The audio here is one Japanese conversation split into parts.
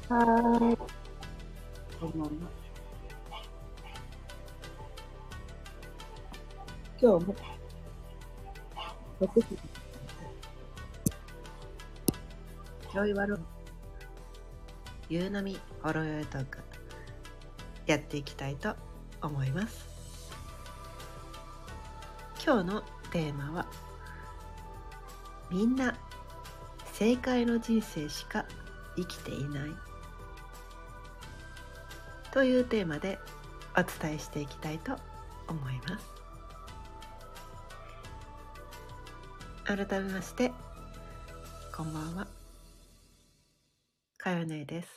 はーい、こんばんは。今日も6時、ちょいわろ夕飲みほろよいトークやっていきたいと思います。今日のテーマは、みんな正解の人生しか生きていないというテーマでお伝えしていきたいと思います。改めましてこんばんは、かよねです。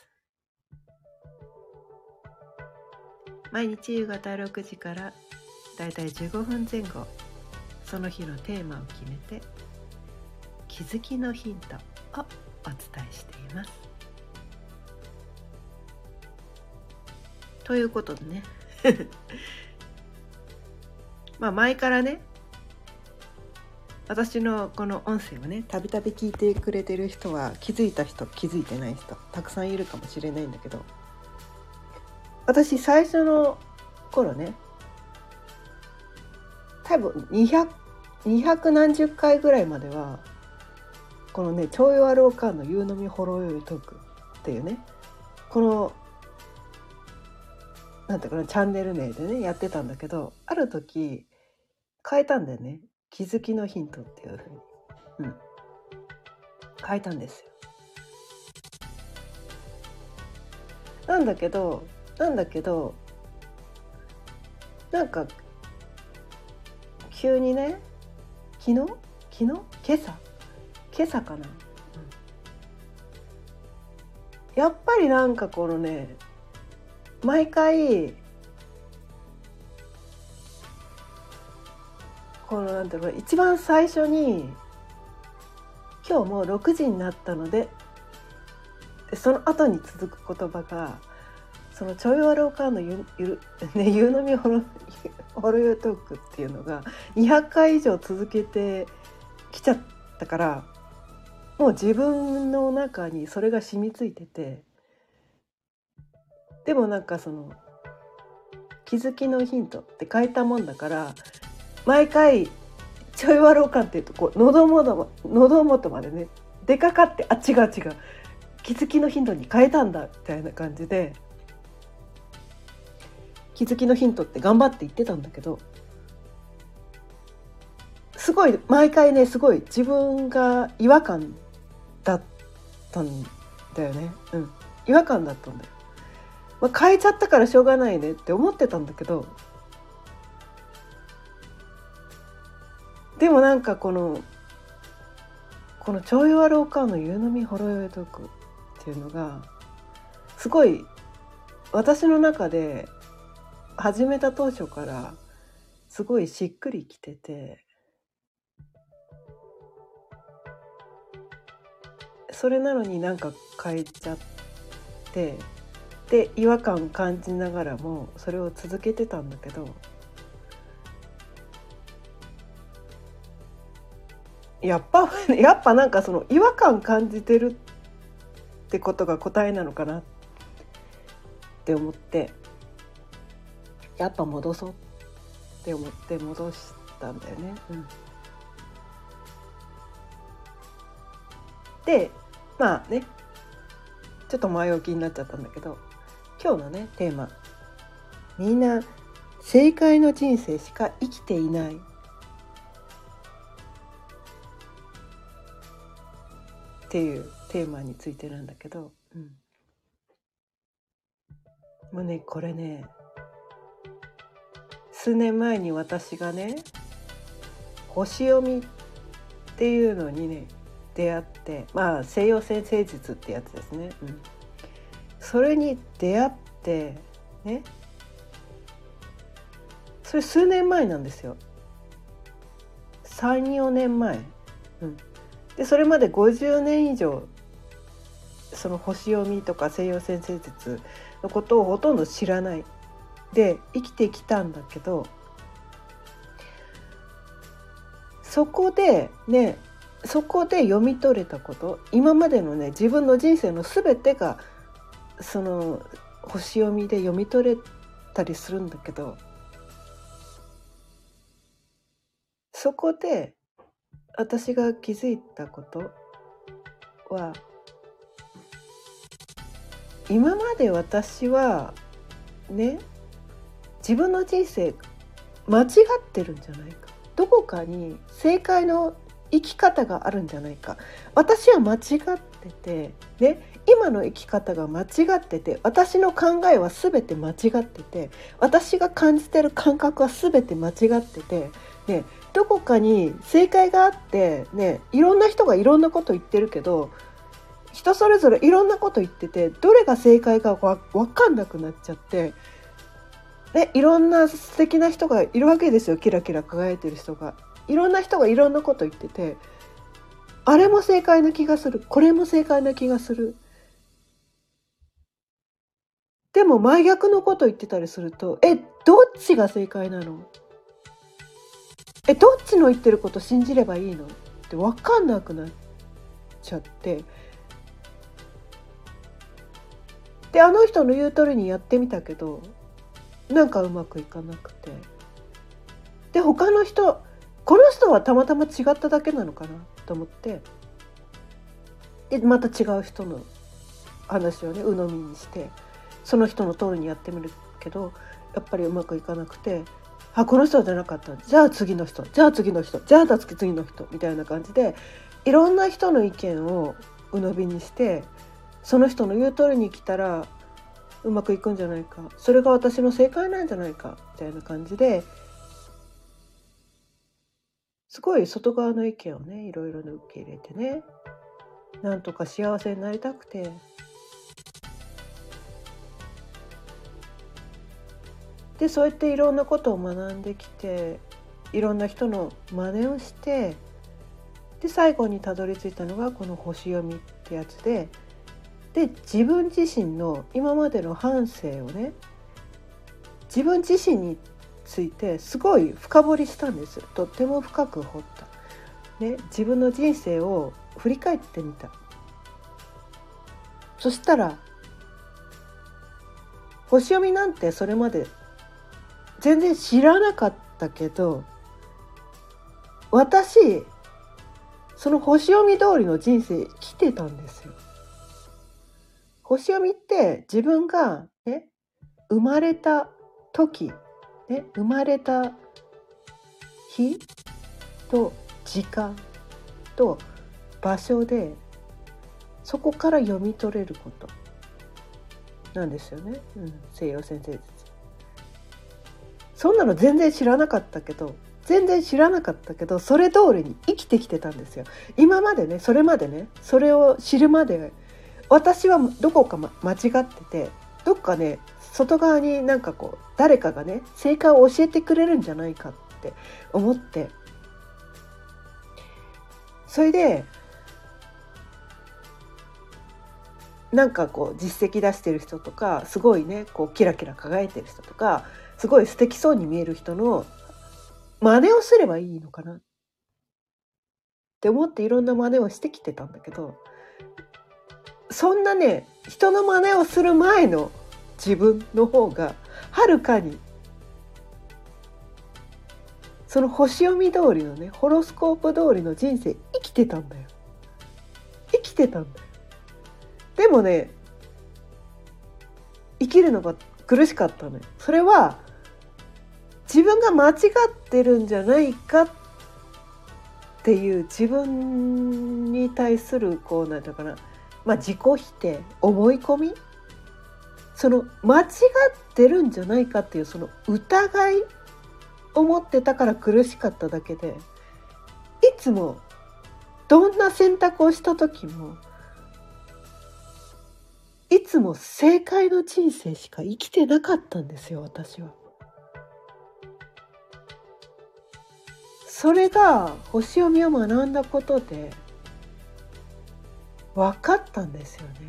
毎日夕方6時からだいたい15分前後、その日のテーマを決めて気づきのヒントをお伝えしています。ということでね前からね、私のこの音声をね、たびたび聞いてくれてる人は気づいた人、気づいてない人たくさんいるかもしれないんだけど、私最初の頃ね、多分200何十回ぐらいまではこのね、ちょいわろうかんの夕飲みほろよいトークっていうね、このなんていうかな、チャンネル名でねやってたんだけど、ある時変えたんだよね。気づきのヒントっていう風に、変えたんですよ。なんだけどなんか急にね、今朝かな、やっぱりなんかこのね、毎回このなんていうの、一番最初に今日も6時になったので、その後に続く言葉が、そのちょいわろうかんの夕飲みほろよいトークっていうのが200回以上続けてきちゃったから、もう自分の中にそれが染みついてて、でもなんかその気づきのヒントって書いたもんだから、毎回ちょいわろうかんっていうとこう喉元までね出かかって、違う気づきのヒントに変えたんだみたいな感じで、気づきのヒントって頑張って言ってたんだけど、すごい毎回ね、すごい自分が違和感だったんだよね。違和感だったんだよ。変えちゃったからしょうがないねって思ってたんだけど、でもなんかこのちょいわろうかんの夕飲みほろよいトークっていうのがすごい私の中で始めた当初からすごいしっくりきてて、それなのになんか変えちゃって、で違和感感じながらもそれを続けてたんだけど、やっぱなんかその違和感感じてるってことが答えなのかなって思って、やっぱ戻そうって思って戻したんだよね。でちょっと前置きになっちゃったんだけど、今日のねテーマ、みんな正解の人生しか生きていないっていうテーマについてなんだけど、もうね、これね、数年前に私がね、星読みっていうのにね出会って、西洋占星術ってやつですね。それに出会ってね、それ数年前なんですよ。3、4年前。でそれまで50年以上その星読みとか西洋占星術のことをほとんど知らないで生きてきたんだけど、そこで読み取れたこと、今までのね自分の人生の全てがその星読みで読み取れたりするんだけど、そこで私が気づいたことは、今まで私はね、自分の人生間違ってるんじゃないか、どこかに正解の生き方があるんじゃないか、私は間違っててね、今の生き方が間違ってて、私の考えは全て間違ってて、私が感じてる感覚は全て間違ってて、ね、どこかに正解があってね、いろんな人がいろんなこと言ってるけど、人それぞれいろんなこと言ってて、どれが正解か分かんなくなっちゃって、ね、いろんな素敵な人がいるわけですよ。キラキラ輝いてる人が、いろんな人がいろんなこと言ってて、あれも正解な気がする、これも正解な気がする。でも真逆のこと言ってたりすると、どっちが正解なの？どっちの言ってること信じればいいのって分かんなくなっちゃって、であの人の言う通りにやってみたけど、なんかうまくいかなくて、で他の人、この人はたまたま違っただけなのかなと思って、でまた違う人の話をね鵜呑みにして、その人の通りにやってみるけど、やっぱりうまくいかなくて、この人じゃなかった、じゃあ次の人、じゃあ次の人、じゃあ次の人みたいな感じで、いろんな人の意見を鵜呑みにして、その人の言う通りに来たらうまくいくんじゃないか、それが私の正解なんじゃないかみたいな感じで、すごい外側の意見をねいろいろ受け入れてね、なんとか幸せになりたくて、でそうやっていろんなことを学んできて、いろんな人の真似をして、で最後にたどり着いたのがこの星読みってやつで、自分自身の今までの半生をね、自分自身についてすごい深掘りしたんです。とっても深く掘った、ね、自分の人生を振り返ってみた。そしたら星読みなんてそれまで全然知らなかったけど、私その星読み通りの人生生きてたんですよ。星読みって自分がね生まれた時、ね、生まれた日と時間と場所で、そこから読み取れることなんですよね、西洋先生術。そんなの全然知らなかったけど、それ通りに生きてきてたんですよ。今までね、それまでね、それを知るまで私はどこか間違ってて、どっかね外側になんかこう誰かがね正解を教えてくれるんじゃないかって思って、それでなんかこう実績出してる人とか、すごいねこうキラキラ輝いてる人とか、すごい素敵そうに見える人の真似をすればいいのかなって思っていろんな真似をしてきてたんだけど、そんなね人の真似をする前の自分の方がはるかにその星読み通りのねホロスコープ通りの人生生きてたんだよ。でもね生きるのが苦しかったのよ。それは自分が間違ってるんじゃないかっていう自分に対するこうなんていうかな、自己否定、思い込み、その間違ってるんじゃないかっていうその疑いを持ってたから苦しかっただけで、いつもどんな選択をした時もいつも正解の人生しか生きてなかったんですよ、私は。それが星読みを学んだことで分かったんですよね。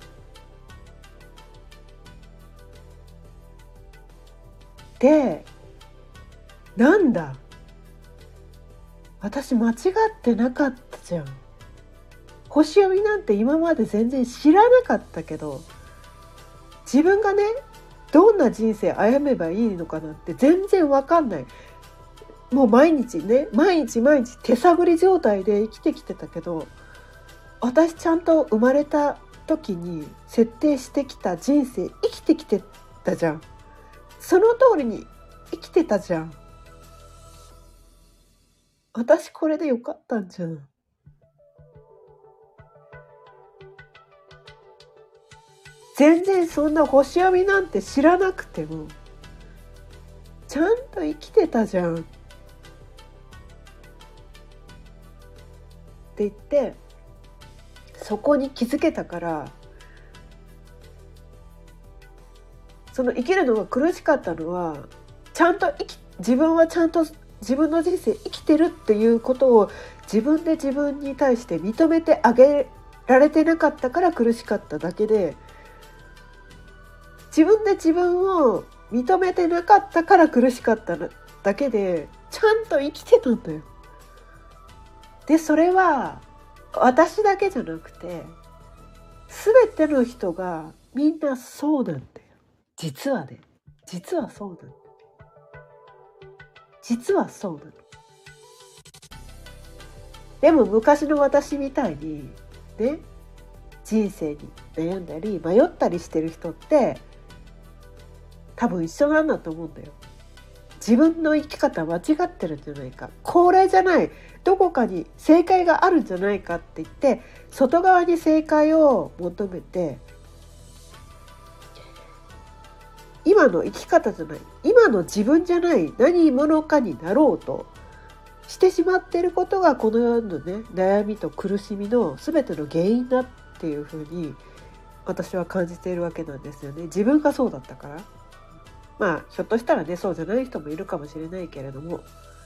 で、なんだ、私間違ってなかったじゃん。星読みなんて今まで全然知らなかったけど、 自分がねどんな人生歩めばいいのかなんて全然わかんない。もう毎日手探り状態で生きてきてたけど、私ちゃんと生まれた時に設定してきた人生生きてきてたじゃん。その通りに生きてたじゃん。私これでよかったんじゃん。全然そんな星読みなんて知らなくてもちゃんと生きてたじゃんって言って、そこに気づけたから、その生きるのが苦しかったのはちゃんと自分はちゃんと自分の人生生きてるっていうことを自分で自分に対して認めてあげられてなかったから苦しかっただけで、自分で自分を認めてなかったから苦しかっただけで、ちゃんと生きてたんだよ。でそれは私だけじゃなくて全ての人がみんなそうなんだよ。実はそうなの。でも昔の私みたいにね、人生に悩んだり迷ったりしてる人って多分一緒なんだと思うんだよ。自分の生き方間違ってるんじゃないか、これじゃない、どこかに正解があるんじゃないかって言って外側に正解を求めて、今の生き方じゃない、今の自分じゃない何者かになろうとしてしまっていることがこの世のね悩みと苦しみの全ての原因だっていうふうに私は感じているわけなんですよね。自分がそうだったから。まあひょっとしたらねそうじゃない人もいるかもしれないけれども、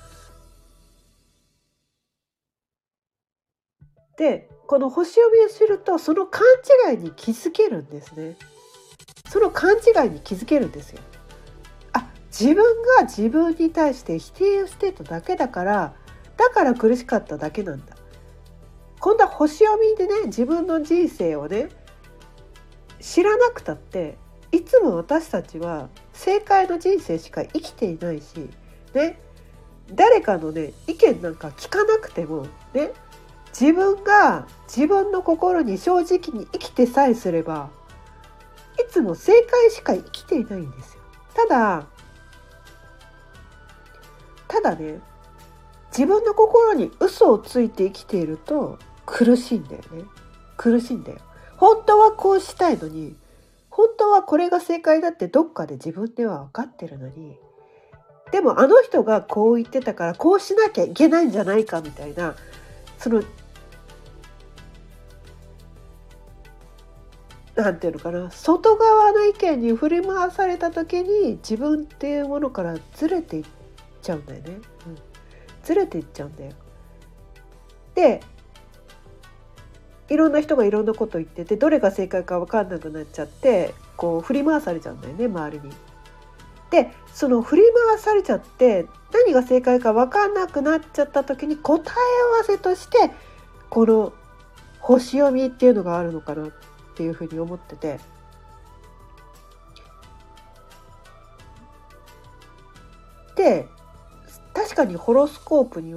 でこの星読みを知るとその勘違いに気づけるんですね。その勘違いに気づけるんですよ。自分が自分に対して否定をしてただけだから苦しかっただけなんだ。今度は星読みでね自分の人生をね知らなくたって、いつも私たちは正解の人生しか生きていないしね、誰かのね意見なんか聞かなくてもね、自分が自分の心に正直に生きてさえすればいつも正解しか生きていないんですよ。ただね、自分の心に嘘をついて生きていると苦しいんだよね。本当はこうしたいのに、本当はこれが正解だってどっかで自分では分かってるのに、でもあの人がこう言ってたからこうしなきゃいけないんじゃないかみたいな、そのなんていうのかな、外側の意見に振り回された時に自分っていうものからずれていっちゃうんだよね。ずれていっちゃうんだよ。でいろんな人がいろんなこと言ってて、どれが正解か分かんなくなっちゃってこう振り回されちゃうんだよね、周りに。でその振り回されちゃって何が正解か分かんなくなっちゃった時に答え合わせとしてこの星読みっていうのがあるのかなっていうふうに思ってて、で確かにホロスコープ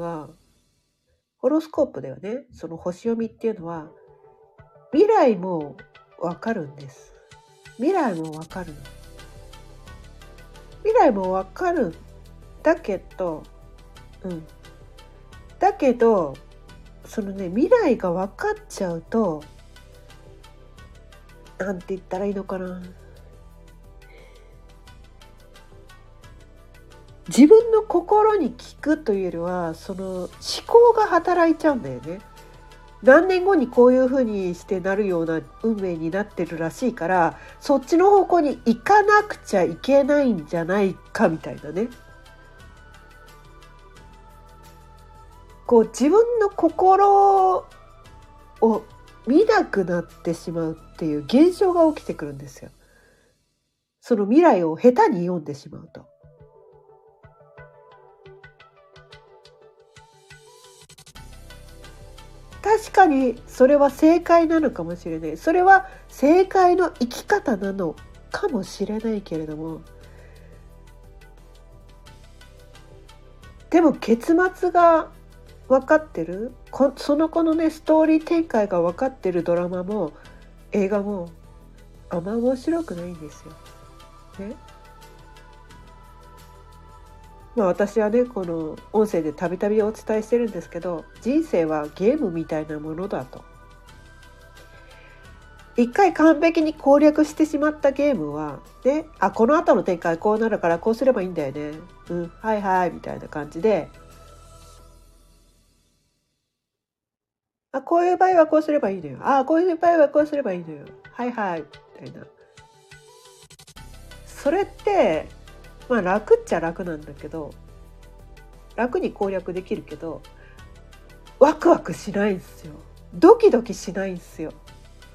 ではね、その星読みっていうのは未来もわかるんです。未来もわかるんだけど、そのね未来が分かっちゃうと、なんて言ったらいいのかな、自分の心に聞くというよりはその思考が働いちゃうんだよね。何年後にこういう風にしてなるような運命になってるらしいから、そっちの方向に行かなくちゃいけないんじゃないかみたいなね、こう自分の心を見なくなってしまうっていう現象が起きてくるんですよ。その未来を下手に読んでしまうと。確かにそれは正解なのかもしれない。それは正解の生き方なのかもしれないけれども、でも結末が分かってる、その子のねストーリー展開が分かってるドラマも映画もあんま面白くないんですよ。ね。私はねこの音声でたびたびお伝えしてるんですけど、人生はゲームみたいなものだと。一回完璧に攻略してしまったゲームはね、この後の展開こうなるからこうすればいいんだよね、はいはいみたいな感じで、こういう場合はこうすればいいのよ、こういう場合はこうすればいいのよ、はいはいみたいな。それって楽っちゃ楽なんだけど、楽に攻略できるけどワクワクしないんですよ。ドキドキしないんですよ。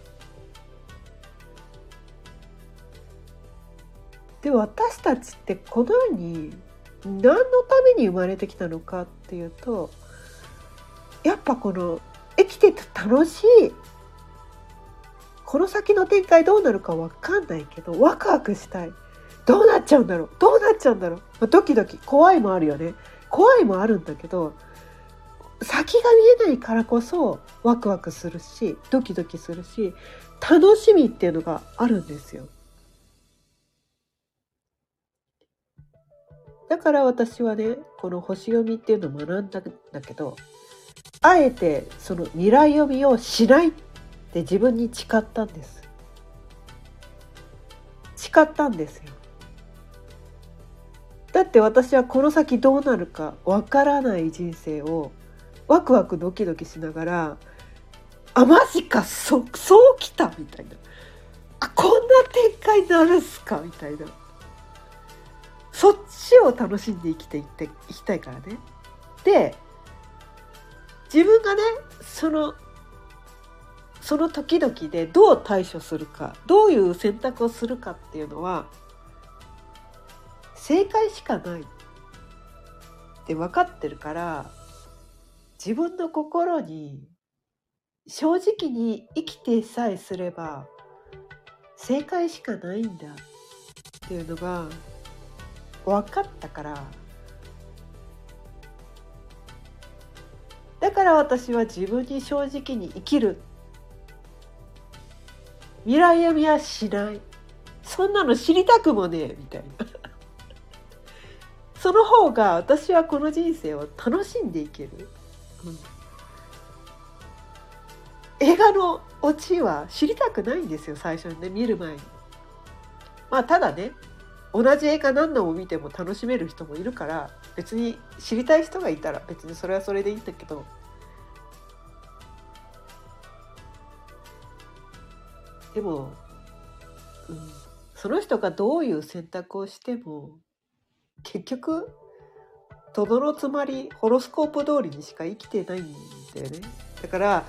で私たちってこの世に何のために生まれてきたのかっていうと、やっぱこの生きてて楽しい、この先の展開どうなるか分かんないけどワクワクしたい、どうなっちゃうんだろうどうなっちゃうんだろう、ドキドキ怖いもあるよね、怖いもあるんだけど先が見えないからこそワクワクするしドキドキするし楽しみっていうのがあるんですよ。だから私はねこの星読みっていうのを学んだんだけど、あえてその未来読みをしないって自分に誓ったんです。誓ったんですよ。だって私はこの先どうなるかわからない人生をワクワクドキドキしながら、マジかそうきたみたいな、こんな展開になるんすかみたいな、そっちを楽しんでいきたいからね。で自分がねその時々でどう対処するか、どういう選択をするかっていうのは正解しかないって分かってるから、自分の心に正直に生きてさえすれば正解しかないんだっていうのが分かったから、だから私は自分に正直に生きる、未来読みはしない、そんなの知りたくもねえみたいなその方が私はこの人生を楽しんでいける、映画のオチは知りたくないんですよ最初にね、見る前に。ただね同じ映画何度も見ても楽しめる人もいるから、別に知りたい人がいたら別にそれはそれでいいんだけど、でも、その人がどういう選択をしても結局とどのつまりホロスコープ通りにしか生きてないんだよね。だから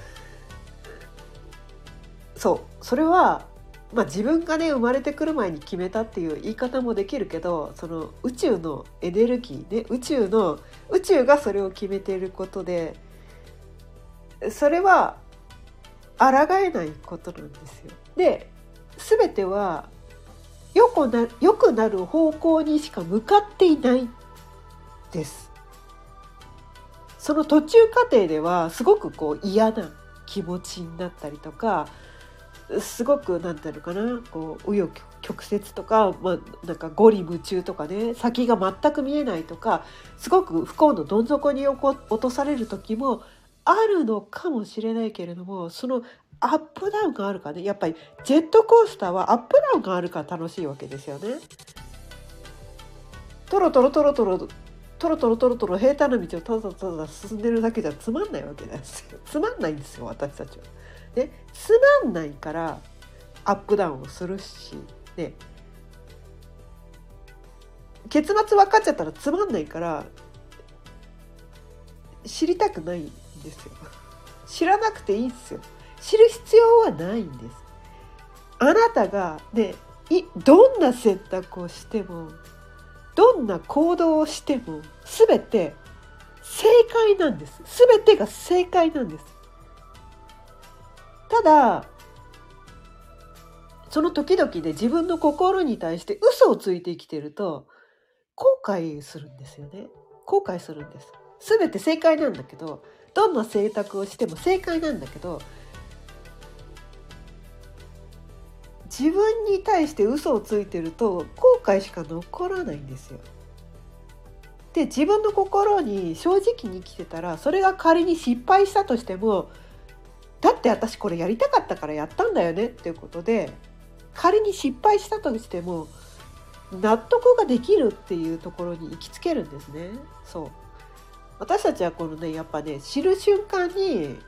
それは自分がね生まれてくる前に決めたっていう言い方もできるけど、その宇宙のエネルギーね、宇宙がそれを決めていることで、それは抗えないことなんですよ。で全ては良くなる方向にしか向かっていないです。その途中過程ではすごく嫌な気持ちになったりとか、すごくなんていうのかな、紆余曲折とか、なんか五里夢中とかね、先が全く見えないとか、すごく不幸のどん底に落とされる時もあるのかもしれないけれども、そのアップダウンがあるからね、やっぱりジェットコースターはアップダウンがあるから楽しいわけですよね。トロトロ平坦な道をただただ進んでるだけじゃつまんないわけなんですよ。つまんないんですよ私たちは。でつまんないからアップダウンをするし、で結末分かっちゃったらつまんないから知りたくないんですよ。知らなくていいんですよ。知る必要はないんです。あなたがね、どんな選択をしてもどんな行動をしても全て正解なんです。全てが正解なんです。ただその時々で自分の心に対して嘘をついて生きてると後悔するんですよね。後悔するんです。全て正解なんだけど、どんな選択をしても正解なんだけど、自分に対して嘘をついてると後悔しか残らないんですよ。で、自分の心に正直に生きてたら、それが仮に失敗したとしても、だって私これやりたかったからやったんだよねっていうことで、仮に失敗したとしても納得ができるっていうところに行きつけるんですね。そう。私たちはこのね、やっぱね、知る瞬間に、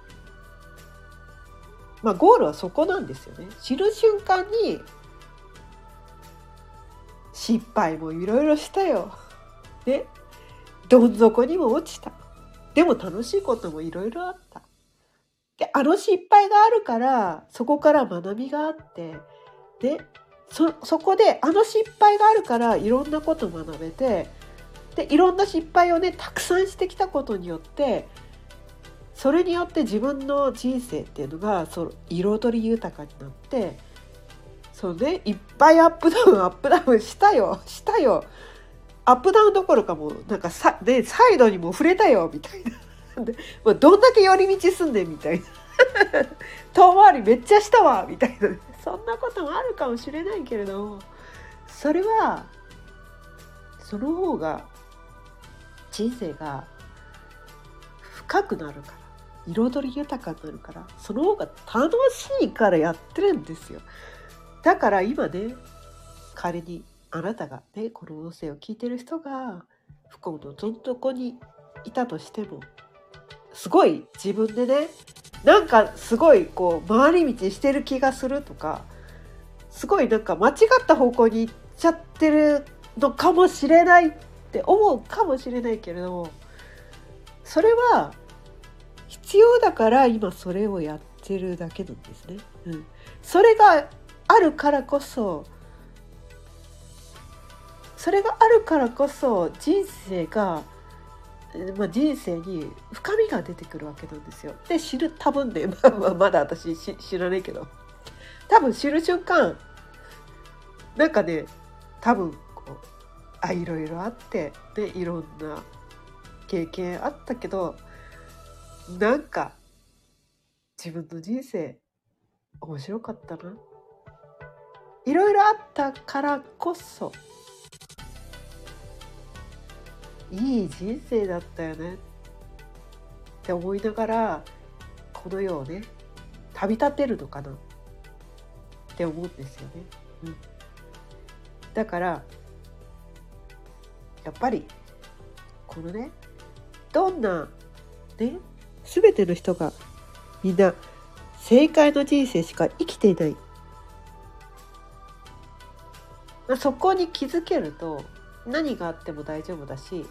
ゴールはそこなんですよね。知る瞬間に失敗もいろいろしたよ。ね。どん底にも落ちた。でも楽しいこともいろいろあった。で、あの失敗があるから、そこから学びがあって、で、そこであの失敗があるからいろんなこと学べて、でいろんな失敗をねたくさんしてきたことによって、それによって自分の人生っていうのが彩り豊かになって、そうね、いっぱいアップダウンしたよアップダウンどころかもうなんかサイドにも触れたよみたいなで、もうどんだけ寄り道すんねんみたいな遠回りめっちゃしたわみたいな、そんなこともあるかもしれないけれども、それはその方が人生が深くなるから、彩り豊かになるから、その方が楽しいからやってるんですよ。だから今ね、仮にあなたがね、この音声を聞いてる人が不幸のどん底にいたとしても、すごい自分でね、なんかすごいこう回り道してる気がするとか、すごいなんか間違った方向に行っちゃってるのかもしれないって思うかもしれないけれども、それは必要だから今それをやってるだけなんですね。それがあるからこそ人生に深みが出てくるわけなんですよ。で、多分ね、まだ私知らないけど、多分知る瞬間、なんかね、多分いろいろあってで、いろんな経験あったけど、なんか自分の人生面白かったな、いろいろあったからこそいい人生だったよねって思いながら、この世をね旅立てるのかなって思うんですよね。だからやっぱりこのね、どんなね、全ての人がみんな正解の人生しか生きていない、そこに気づけると何があっても大丈夫だし、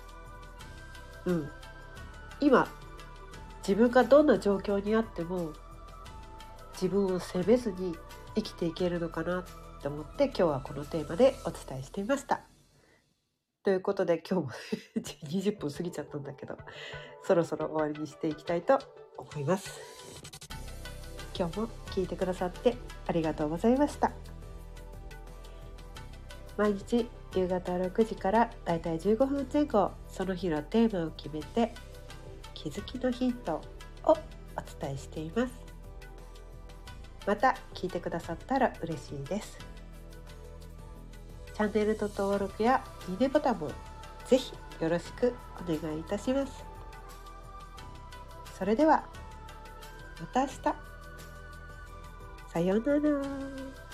今自分がどんな状況にあっても自分を責めずに生きていけるのかなと思って、今日はこのテーマでお伝えしてみました。ということで今日も20分過ぎちゃったんだけど、そろそろ終わりにしていきたいと思います。今日も聞いてくださってありがとうございました。毎日夕方6時からだいたい15分前後、その日のテーマを決めて気づきのヒントをお伝えしています。また聞いてくださったら嬉しいです。チャンネルの登録やいいねボタンもぜひよろしくお願いいたします。それではまた明日。さようなら。